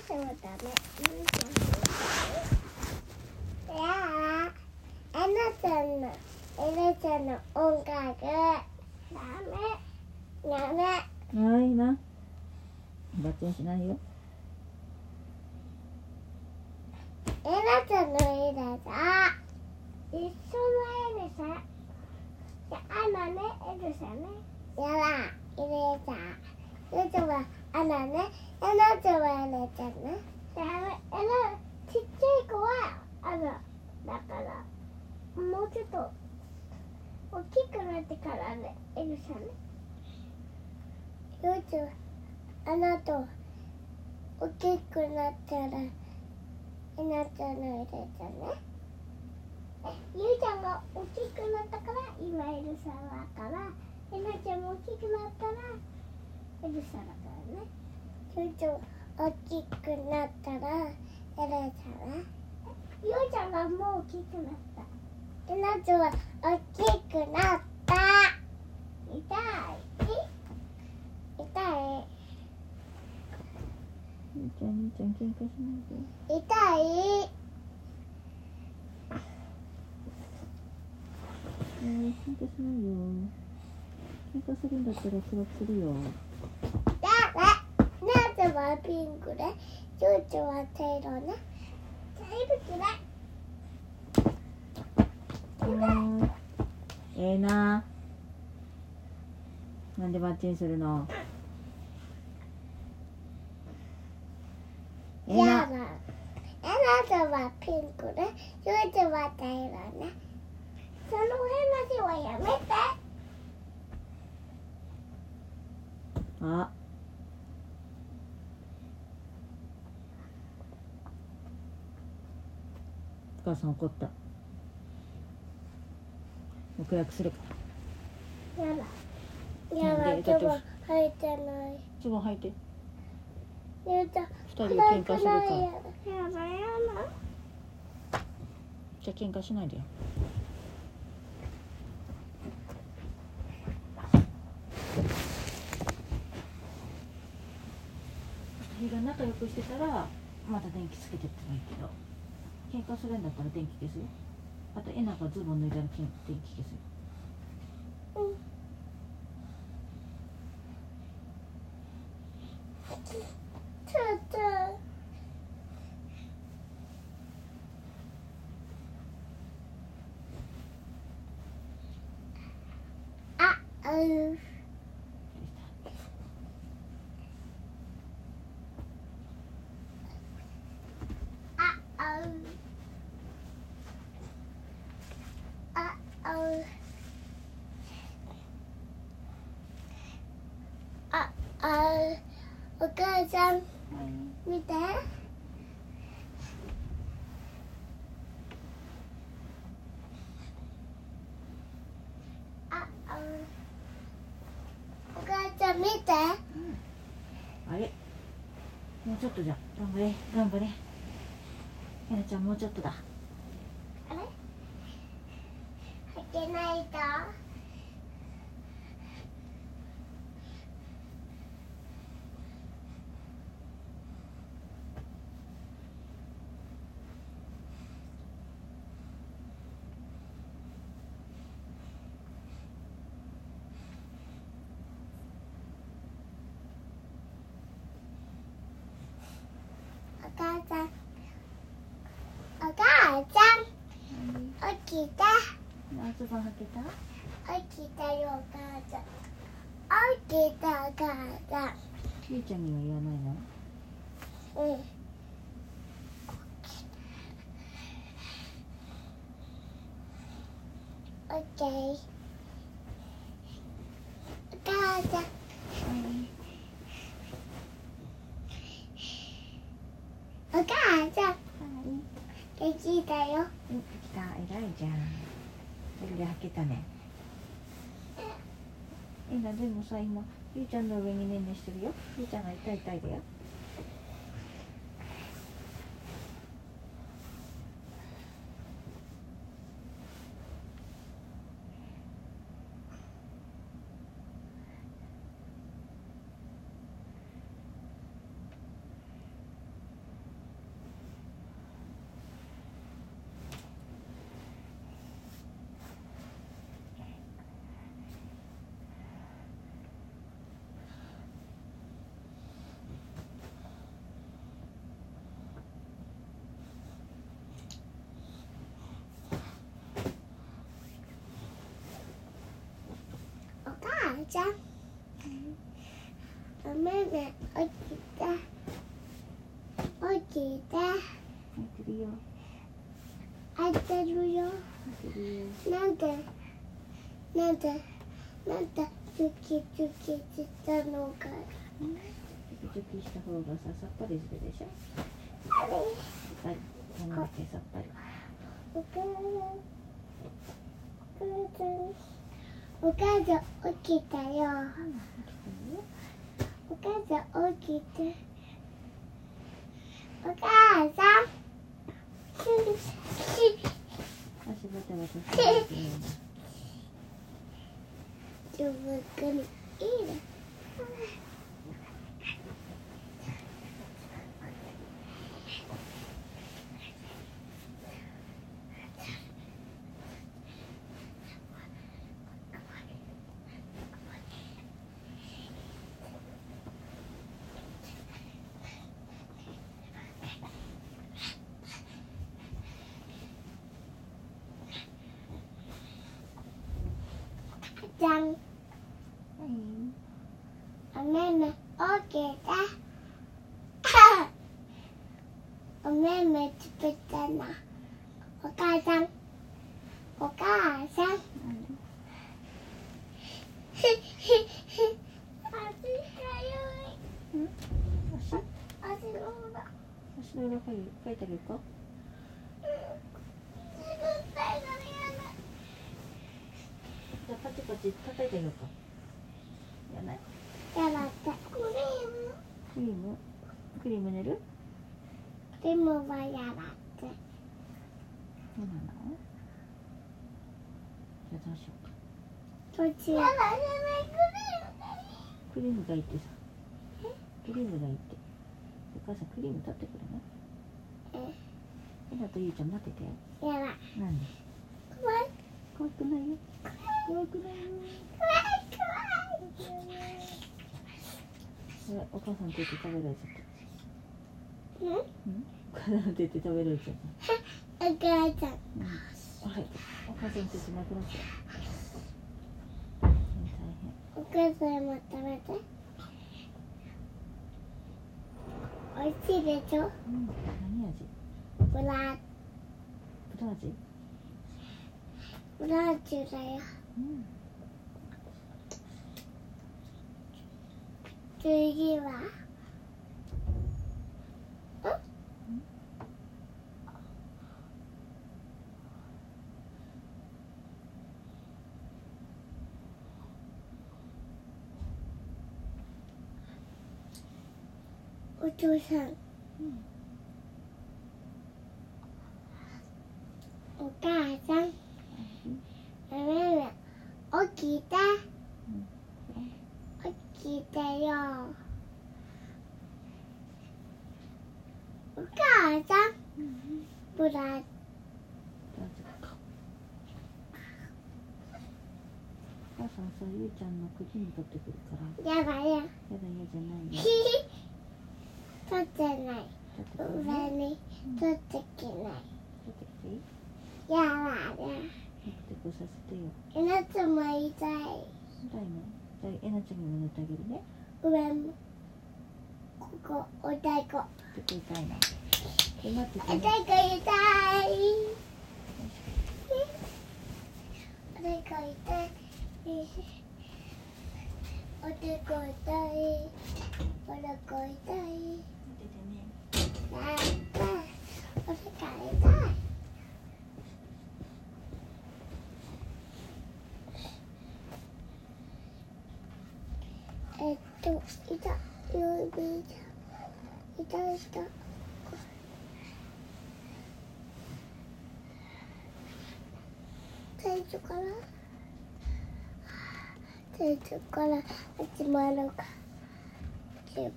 そうだね。じゃあ、エナちゃんの音楽ダメ。 ないな。バッチンしないよ。 エナちゃんの絵ださ。一緒の絵でさ。アナね、エルサね。やだ、エレちゃん。エルちゃんはアナね。エナちゃんはエレちゃんね。ダメ、ちっちゃい子はアナだから、もうちょっと大きくなってからね、エルサね。ゆうちゃん、あなた大きくなったらエナちゃんのエレちゃんね。ゆうちゃんが大きくなったから今エルサだから、エナちゃんも大きくなったらエルサだからね。ゆうちゃん大きくなったらエレちゃんね。ゆうちゃんがもう大きくなった。エナちゃんは大きくなった。痛い。 兄ちゃん喧嘩しないで。 痛い。 喧嘩しないよ。喧嘩するんだったら暗くするよ。 なーちゃんはピンクで、ちゅうちょは茶色ね。茶色嫌い。 な。なんでバッチンするの？ やだ。エナちゃんはピンクで、ちゅうちょは茶色ね。その話はやめて。 あ、お母さん怒った。もう暗くするから。 やだ。ズボン履いてない。 ズボン履いて。 ゆうちゃん、 二人で喧嘩するから。 やだ。 じゃあ喧嘩しないでよ。二人が仲良くしてたらまた電気つけてってもいいけど、喧嘩するんだったら電気消すよ。あとエナがズボン脱いだら電気消すよ。 お母さん、見て。お母さん見て。 あれ、もうちょっとじゃ。頑張れ。エナちゃんもうちょっとだ。 あれ？履けないと。お母さん、起きた。 ズボン履けた？ 起きたよ、お母さん。起きた、お母さん。 ゆうちゃんには言わないの？ うん。オッケー。お母さん。お母さん。できたよ。 できた、偉いじゃん。それで履けたね。でもさ、今ゆうちゃんの上にねんねしてるよ。ゆうちゃんが痛いだよ。 ちゃん、おめめ起きて起きて。 開いてるよ。 開いてるよ。 開いてるよ。 なんでチュキチュキしたのか。 チョキチョキした方がさっぱりするでしょ。 あれ、 はい、こんなけさっぱり。 お母さん起きたよ。お母さん起きて。お母さん。 足バタバタしてる。 ちょっといいね。じゃん。おめめ起きて。おめめつぶったな。お母さん。お母さん。 足の裏かいてあげるか。じゃあパチパチ叩いてあげようか。やらない？ やだった。 クリーム塗る？ でもはやだって。 そうなの？じゃあどうしようか。 途中。 クリームがいいってさ。クリームがいいって。お母さんクリーム取ってくるね。えなとゆうちゃん待ってて。 やだ。 なんで？ 怖い。 怖くないよ。怖くないよ。お母さん手って食べられちゃった。お母さん手って食べられちゃった。 お母さん。 あれ、お母さん手ってなくなっちゃう。大変。 お母さんも食べて。おいしいでしょ。 何味？ ブラ味？ ブラジルだよ。次は。お父さん。お母さん。おめめ起きて。起きてよ。お母さん。ブラ。 お母さんさ、ゆうちゃんのクリーム取ってくるから。 やだや。 やだやじゃないよ。 取ってない。上に取ってきない。 取ってきていい？ やだや。 塗ってこさせてよ。 えなつも痛い。 痛いの？じゃあえなちゃんにも塗ってあげるね。 上も。ここお太鼓。 ここ痛いの。待っててね。 お太鼓痛い。お太鼓痛い。お太鼓痛い。お太鼓痛い。 待っててね。 お太鼓痛い。いた。最初から始まるか。指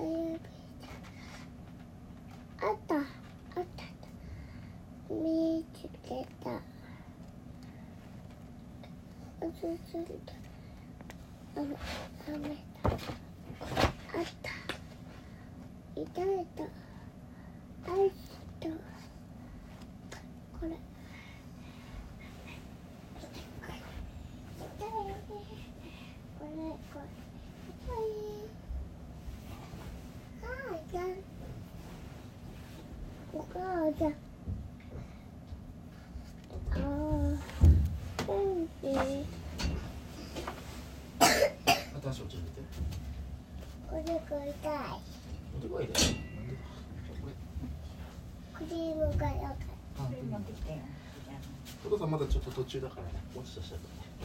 あった見つけた。あった痛いとアイスとこれ痛いよねこれお母さん。 私お茶入れて。 おでこ痛い。 おでこ入れ。なんでだ。 クリームがよかっあ、 持ってきてよ。 お父さんまだちょっと途中だからね。落ちたしだ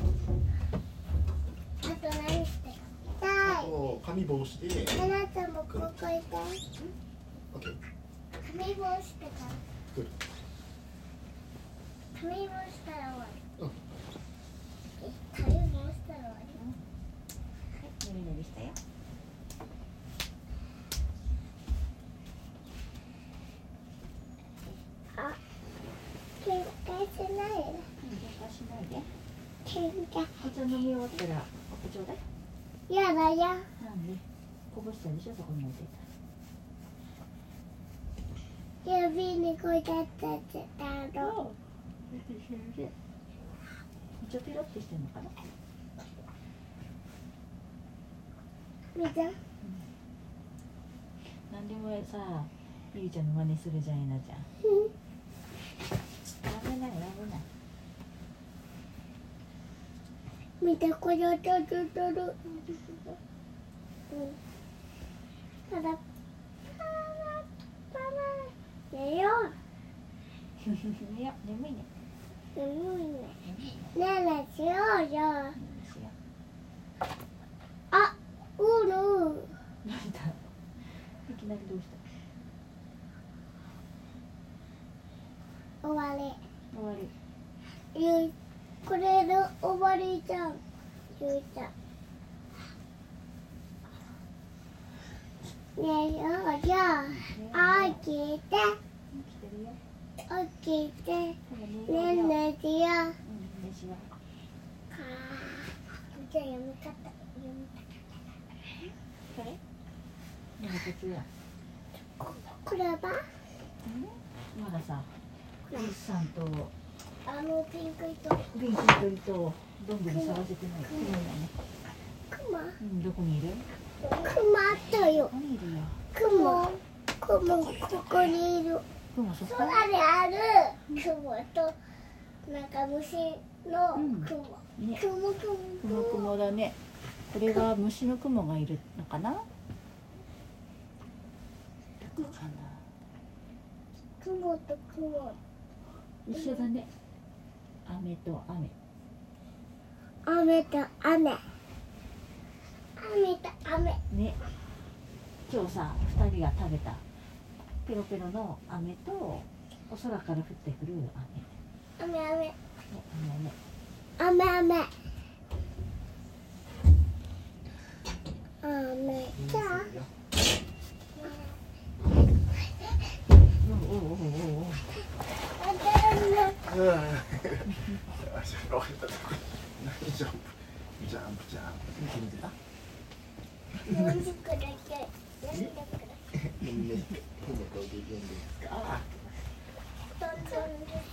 た。あと何して痛あい。 と紙棒して。 あなたもここ痛い。 オッケー。 紙棒してから。 グッ。 紙棒したら終わり。 うん。 紙棒したら終わり。 ぬりぬりしたよ。 あ、喧嘩しないで。 喧嘩しないで。 喧嘩。 お茶飲み終わったらおちょうだい。 やだや。 なんでこぼしたでしょ、そこに置いて指にこうやってたろ。 一応ピロってしてんのかな。 見た。 なんでもさ、ゆいちゃんの真似するじゃん、えなちゃん。危ない危ない。 見て、これをとる。パラパラパラ。寝よう。 いや、眠いね。 眠いね。 眠いね。 ねえねえしようよ。 しよあ、うる。 う。どうした。いきなりどうした。 終わり。 終わり。 ゆい、これの終わりじゃん。ゆいちゃん。ねえようよ。起きて。 来てるよ。 起きて。ねほらえねねえしよう。 うん、ねしよかじゃあ読み方。 これ。なんか途中や。 これはまださ、リスさんとあのピンク糸。 ビンキ鳥とどんぐり探せてない。クモだね。 クマ。 どこにいる？ クマだよこ。こにいるよ。 クモ。ここにいる。 クモそこ。 空である雲となんか虫の雲。 ね。 雲。 雲だね。これは虫の雲がいるのかな？どこかな。 雲と雲。 一緒だね。雨と雨。 雨と雨。雨と雨。 ね。今日さ、2人が食べたペロペロの飴とお空から降ってくる雨。 雨。 ね、雨ね。 雨。雨じゃあ。 おう。 うん。足が折れたとこ。ジャンプ。見てた。 なんでください。 ね。こうできるんですか。 どんどん違う。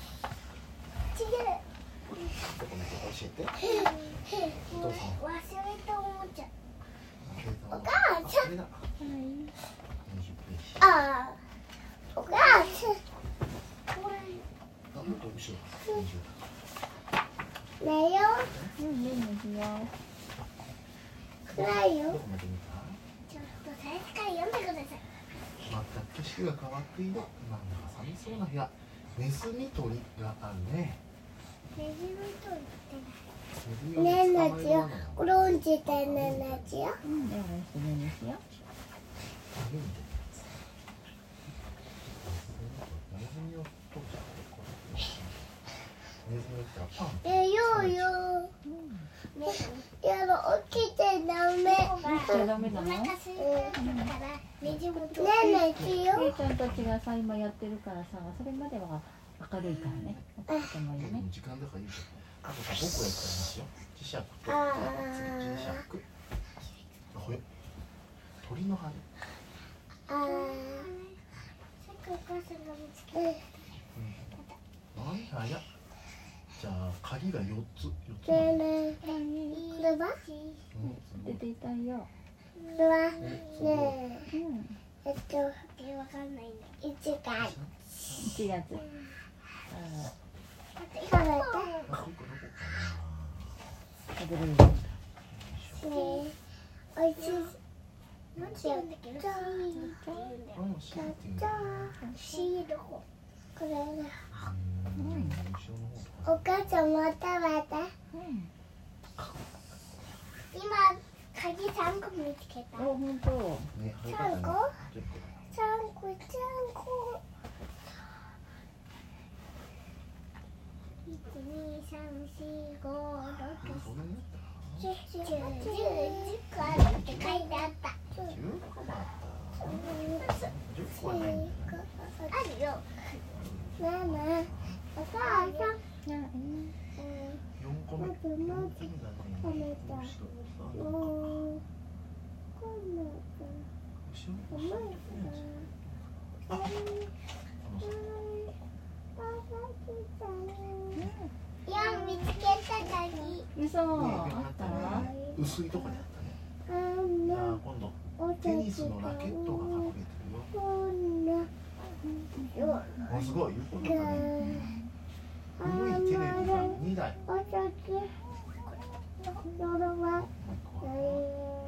どこまで教えて。 もう忘れたおもちゃ。おお母さん。 これだ。 ああ。お母さん。これ。 あ、もっと後ろ。 寝よねしよう。暗いよ。 どこまで見た？ ちょっと最初から読んでください。 全く景色が変わっている。なんだか寒そうな部屋。ネズミ捕りがあるね。 ネズミと言ってネズミをない。ねえ捕まえるなちよ罠なの。。 これ音痴でねえなちよ。 う。ねしよ。 影みたいなやつ。ネズミを取っちゃう。ネズミを取ったらパン。 寝ようよ。やろ起きてダメ。 ちゃダメなの？ お腹空いたからネズミと。ねえなちゆよい。ちゃんたちがさ今やってるからさ、それまでは明るいからね。起きてもいいね。 時間だからいいじゃん。あとさ、5個やったらいいしよ。磁石とあ磁石。ほよ。鳥の羽。 あ。さっきお母さんが見つけた。 なんや。じゃあ鍵が4つ。 ねえねえ。これは？ 出ていたいよ。 これはねえ。 うん。 わかんないね。1が1。 1月。 食べて。 あ、ここどこ食べれる。 ねえ、おいしい。なんて言うんだっけな。 かな。うん、シーって言うんだ。 シール。これだ。 後ろの方お母ちゃんも食べて。 うん。 今鍵3個見つけた。 お、本当。 ね、 3個？3個。1、2、3、4、5、6、7、10個あるって書いてあった。 10個もあった。10個はないんだよね。 あるよ。ママ、お母さん。 いや、 4個目。4個目だね。後ろのさ、 もう、こんな後ろのさ、あ、このさ、 いや、見つけた鍵。 嘘。あったわ。 薄いとこにあったね。じゃあ今度テニスのラケットが隠れてるよ。あ、すごい。横の中に古いテレビが2台。 お酒。それは。 もう一個は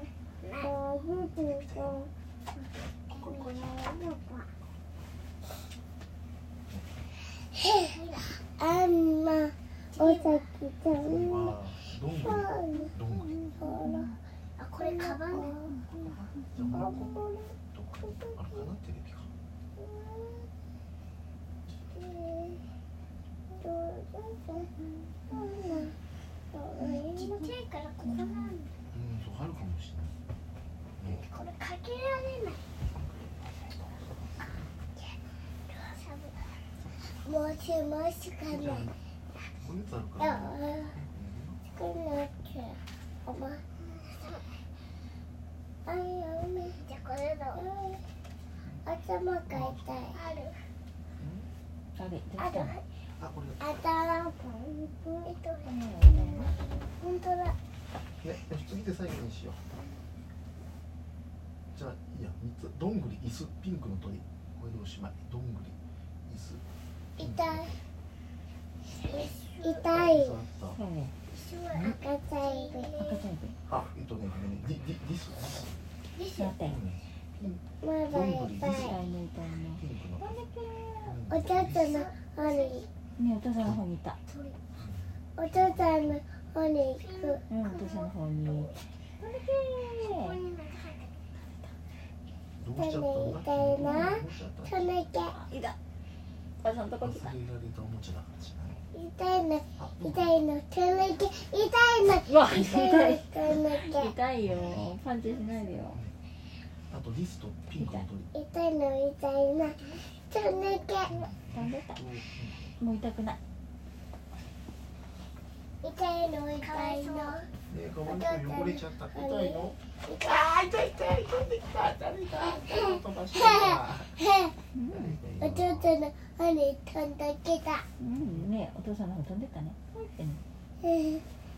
あんなお酒ちゃん。 次はどんぐり。どんぐり。 あ、これカバン。 じゃあもう一個どこあるかな、テレビか。 ちっちゃいからここなんだ。 そうあるかもしれない。ね、 これかけられない。もしもしかじゃあね。 こういうやつあるからね。 こんなっておば。あいやめ。じゃこれだ。頭が痛い。ある。 あれ、できある。 た。 あ、これ。 頭が。本当だ。 ね、次で最後にしよう。じゃあ、いや、3つ。どんぐり、椅子、ピンクの鳥。これでおしまい。どんぐり、椅子。 痛い。痛い。 椅子あったそうね。 赤ちゃんいる。 赤ちゃんいる。 あ、ごめんね。ディス。 やったよ。 まだ痛い。 痛いね、痛いね。 ピンクのお父さんの方に。 ね、お父さんの方にいた。 お父さんの方に行く。 うん、お父さんの方に。 どうしちゃったんだ。 痛いな。 どうしちゃったその毛。 いた。お母さんのとこ来た。 忘れられたおもちゃだからしない。 痛いの。 あ、 痛いの。その毛。痛いの。 うわ、 痛い痛い。 の。その毛。 痛いよ。パンチしないでよ。 あとディスとピンクの鳥。 痛いの。痛いの。その毛。 飛んでた。もう痛くない。 痛いの。痛いの。 ね、かわいそう、汚れちゃった。痛いの。あー、痛い。飛んできた。誰か飛ばしてた。 お父さんの方に飛んできた。 うん、ね、お父さんの方飛んでったね。ってね。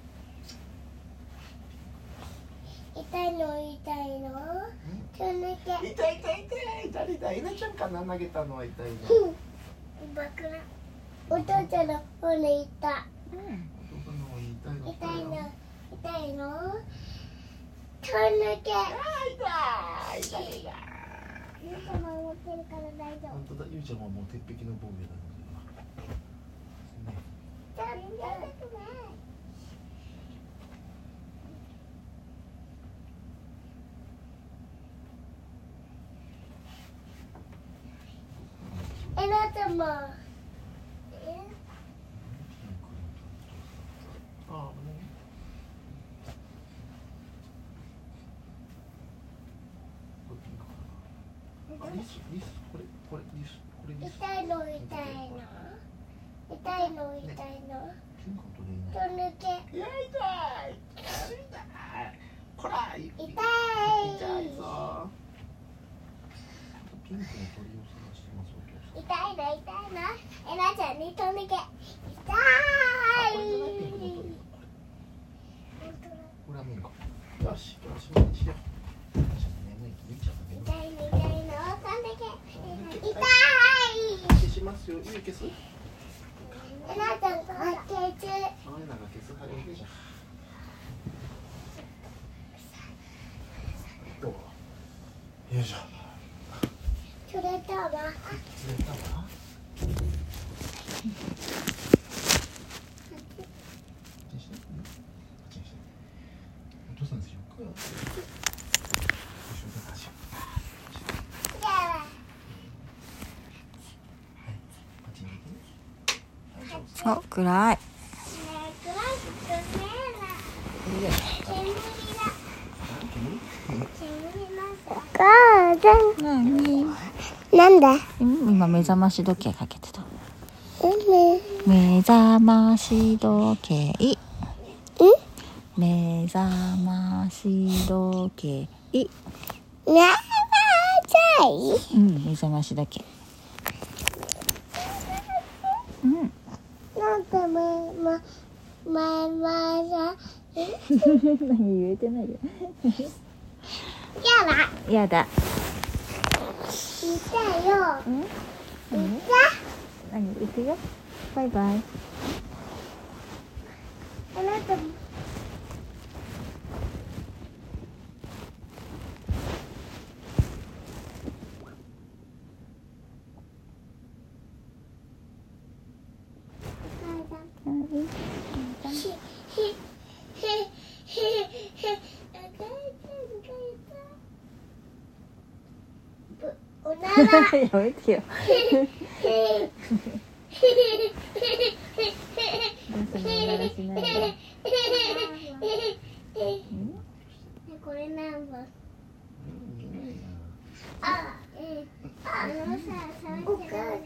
痛いの。痛いの。その毛。 痛い。誰だ、えなちゃんかな、投げたのは痛いの。 お父さんの方に行った。 うん。 男の方に痛いの。 痛いの。痛いの。その毛。 痛い。 ゆうちゃんも持ってるから大丈夫。 本当だ、ゆうちゃんはもう鉄壁の防御だね。 痛くない。えなちゃんも。 ああ、もう。これピンクかな。あ、リス、これリス、これリス。 痛いの。痛いの。痛いの。痛いの。 ピンクの鳥いそない。 の毛。 いや、痛い。こら、痛いぞ。ピンクの鳥を探してます、お父さん。 痛いの。えなちゃんに飛んでけ。痛い。 これは見るか。よし、今日はしまいにしよう。眠い、ゆいちゃんが眠い。 痛いの。飛んでけ。痛い。 消します。 消す？ えなちゃんが消す。 あれなんか消すはるじゃん。どう？よいしょ。 それとは。 釣れたわ。お父さんしようか。よいしょ、どうしよう。 じゃあ。 こっちに行く。 お、暗い。 お母さん。 何？ なんだ。 今目覚まし時計かけてた。目覚まし時計。目覚まし時計。目覚まし時計。 なんで何言えてないよ。 やだ。 やだ。 いたよ。 何行くよ。バイバイ。 あなたも。おなら。 やめてよ。 これ何番？あのさ、お母さん。なんか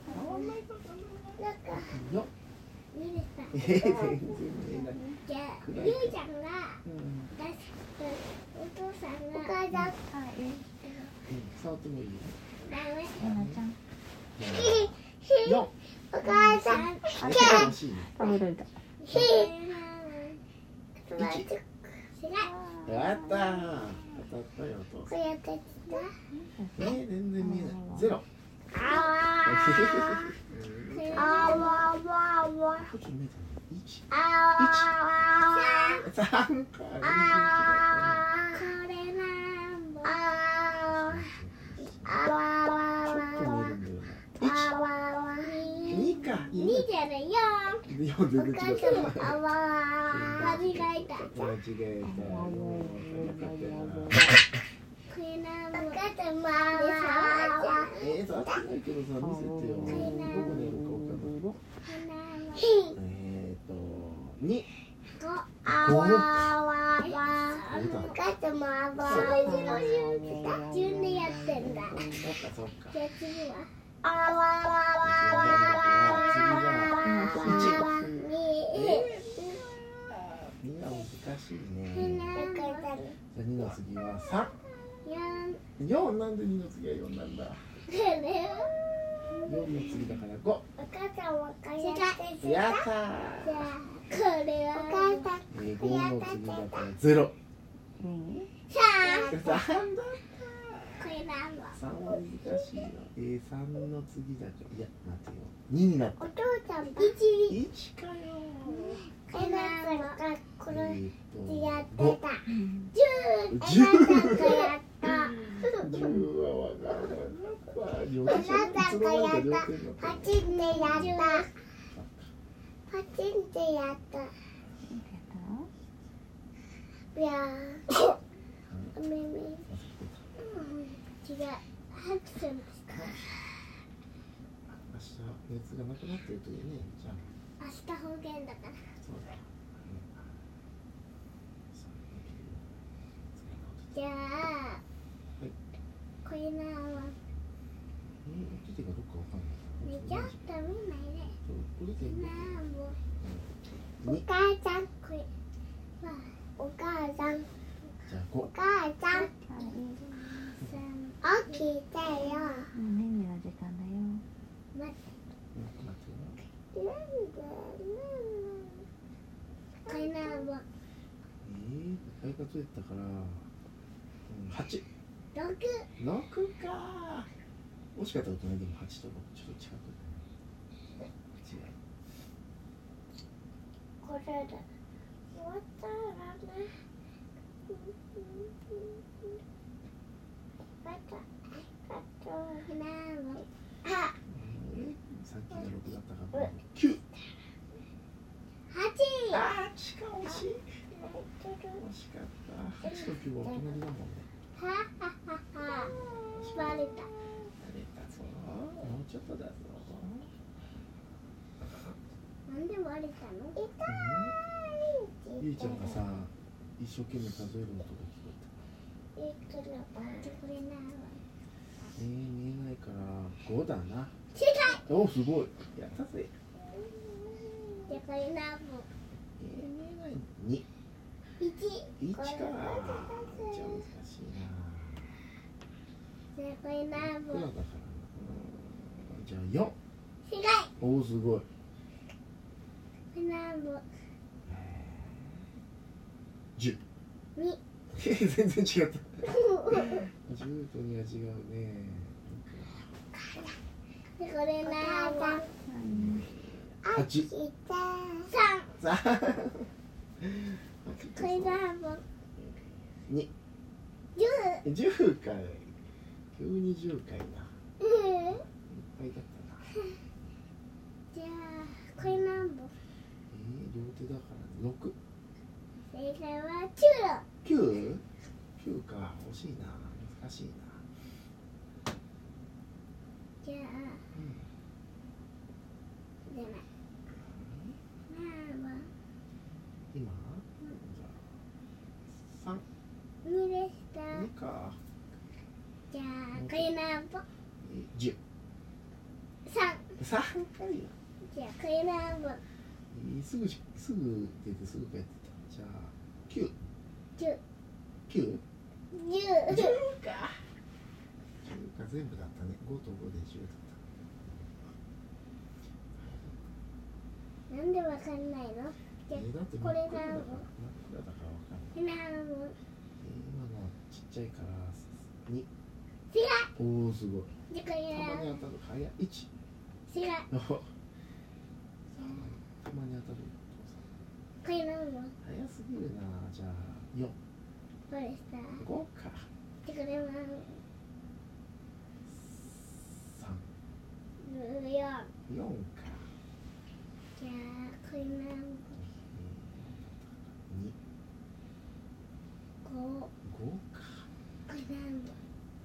見れた。じゃあ、ゆうちゃんが出すお父さんが。お母さん。 触ってもいい？ ダメ。 4。 お母さん。 欲しいね。 食べられた。 やったー。当たったよ、お父さん。 これやってきた。 全然見えない。0。 こっち見えた。 3か。 これなんぼ。 2か。 2じゃないよ。 4全然違った。 間違えた。 間違えた。 これなんぼ。 触ってないけどさ、見せてよ。どこにあるかわかんない。2。 順でやってんだ。 そっか。 じゃあ次は。 2は難しいね。2の次は3。4なんで2の次は4なんだ。4の次だから5。 お母さんはこれやってる。 やったー。 じゃあこれはお母さん。 5の次だから0。3だった。 これなんだ。 3は難しいよ。3の次だから、いや待てよ、2になった。 お父さん1 1かよ。 これなんだ。これやってた。 5。 10やった。 10はわからなかった。 あなたがやった。パチンでやった。パチンでやった。いやー。耳。違う。ハクセンですか。 明日熱がなくなってるといいね。じゃあ。 明日方言だから。 そうだ。 じゃあ。これなは。 出てかどっかわかんない。 ちょっと見ないで。なんぼ。 お母さん、これ。お母さん。 じゃあ5。 お母さん。起きてよ。 メニューの時間だよ。 待って。なんで。これなんぼ。 大数えたから8。 6。 6か。惜しかったことない。でも8と6ちょっと近く。 これだ。終わったらね。 さっきが6だったから9。 8。 ああ、しかも惜しい。惜しかった。8と9はお隣だもんね。 はははは。バレた。 バレたぞ。もうちょっとだぞ。 なんでバレたの？痛い。 ゆいちゃんがさ、一生懸命数えるのとか聞こえた。 いくらバレてくれないわ。 見えないから5だな。 正解。 お、すごい。やったぜ。 じゃあこれ何本？ 見えない2。1か。じゃあ難しいな。 じゃあこれ何本？ だからじゃあ4。 正解。 お、すごい。 これ何本 ？10。 2。 全然違った。10と2は違うね。 これ何本 8。 3。これ何本 2。 10。 10かい。急に10かいな。いっぱいだったな。 じゃあこれ何本両手だから6。 正解は 9。9か。惜しいな。難しいな。 じゃあ、じゃない。 今、じゃあ 2でした。 3。2か。 じゃあこれ何本 10。 3。 3回。 じゃあこれ何本すぐ出てすぐ帰ってた。じゃあ9。 10。 9。 10。 10か。10か全部だったね。5と5で10だった。 なんでわかんないの？じゃあだってこれ何本？ 真っ暗だからわかんない。 何本？ 今のちっちゃいから2。 違う。 おお、すごい。 じゃあこれたま何本？ に当たる。早い。1。 違う。 たまに当たる。 これ何本？ 早すぎるな。じゃあ4。 これさ。 5か。 じゃあこれ何本 3。 ？4。 4か。 じゃあこれ何本？5。 5か。 これ何本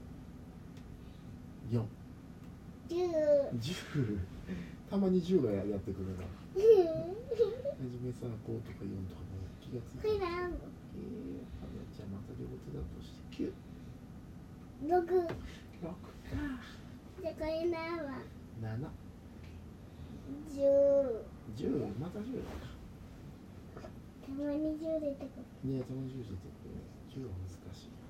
4。 ？10。 10。たまに10がやってくるな。はじめさ、5とか4とかも気がついて。 これ何本？ じゃあまた両手だとして9。 6。 6か。 じゃあこれ何本 7。 10。 10。また10か。 たまに10出てくる。 ねえ、たまに10出てくるね。10は難しい。